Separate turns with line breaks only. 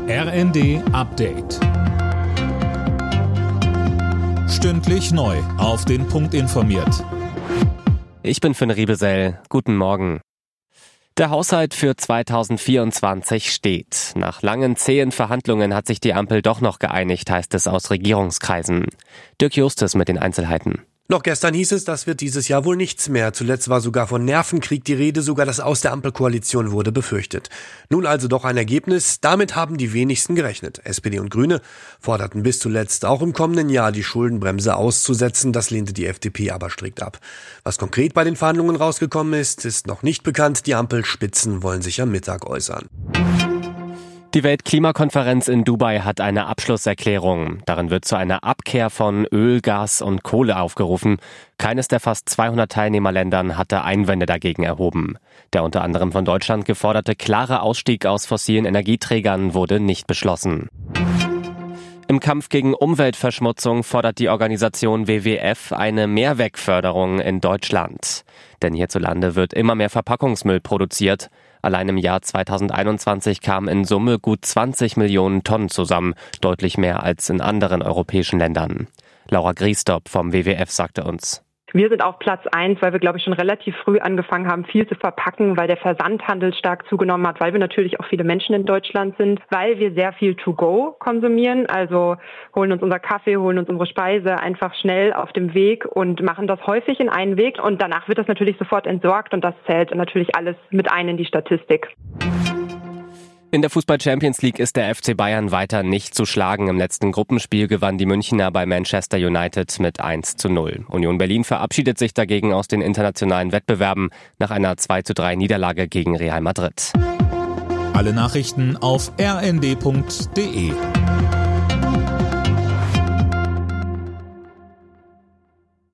RND Update. Stündlich neu auf den Punkt informiert.
Ich bin Finn Riebesell. Guten Morgen. Der Haushalt für 2024 steht. Nach langen, zähen Verhandlungen hat sich die Ampel doch noch geeinigt, heißt es aus Regierungskreisen. Dirk Justus mit den Einzelheiten.
Noch gestern hieß es, das wird dieses Jahr wohl nichts mehr. Zuletzt war sogar von Nervenkrieg die Rede, sogar das Aus der Ampelkoalition wurde befürchtet. Nun also doch ein Ergebnis, damit haben die wenigsten gerechnet. SPD und Grüne forderten bis zuletzt auch im kommenden Jahr die Schuldenbremse auszusetzen, das lehnte die FDP aber strikt ab. Was konkret bei den Verhandlungen rausgekommen ist noch nicht bekannt. Die Ampelspitzen wollen sich am Mittag äußern.
Die Weltklimakonferenz in Dubai hat eine Abschlusserklärung. Darin wird zu einer Abkehr von Öl, Gas und Kohle aufgerufen. Keines der fast 200 Teilnehmerländern hatte Einwände dagegen erhoben. Der unter anderem von Deutschland geforderte klare Ausstieg aus fossilen Energieträgern wurde nicht beschlossen. Im Kampf gegen Umweltverschmutzung fordert die Organisation WWF eine Mehrwegförderung in Deutschland. Denn hierzulande wird immer mehr Verpackungsmüll produziert. Allein im Jahr 2021 kamen in Summe gut 20 Millionen Tonnen zusammen, deutlich mehr als in anderen europäischen Ländern. Laura Griesdorp vom WWF sagte uns:
Wir sind auf Platz 1, weil wir, glaube ich, schon relativ früh angefangen haben, viel zu verpacken, weil der Versandhandel stark zugenommen hat, weil wir natürlich auch viele Menschen in Deutschland sind, weil wir sehr viel To-Go konsumieren, also holen uns unser Kaffee, holen uns unsere Speise einfach schnell auf dem Weg und machen das häufig in einen Weg und danach wird das natürlich sofort entsorgt und das zählt natürlich alles mit ein in die Statistik.
In der Fußball-Champions League ist der FC Bayern weiter nicht zu schlagen. Im letzten Gruppenspiel gewann die Münchner bei Manchester United mit 1:0. Union Berlin verabschiedet sich dagegen aus den internationalen Wettbewerben nach einer 2:3 Niederlage gegen Real Madrid.
Alle Nachrichten auf rnd.de.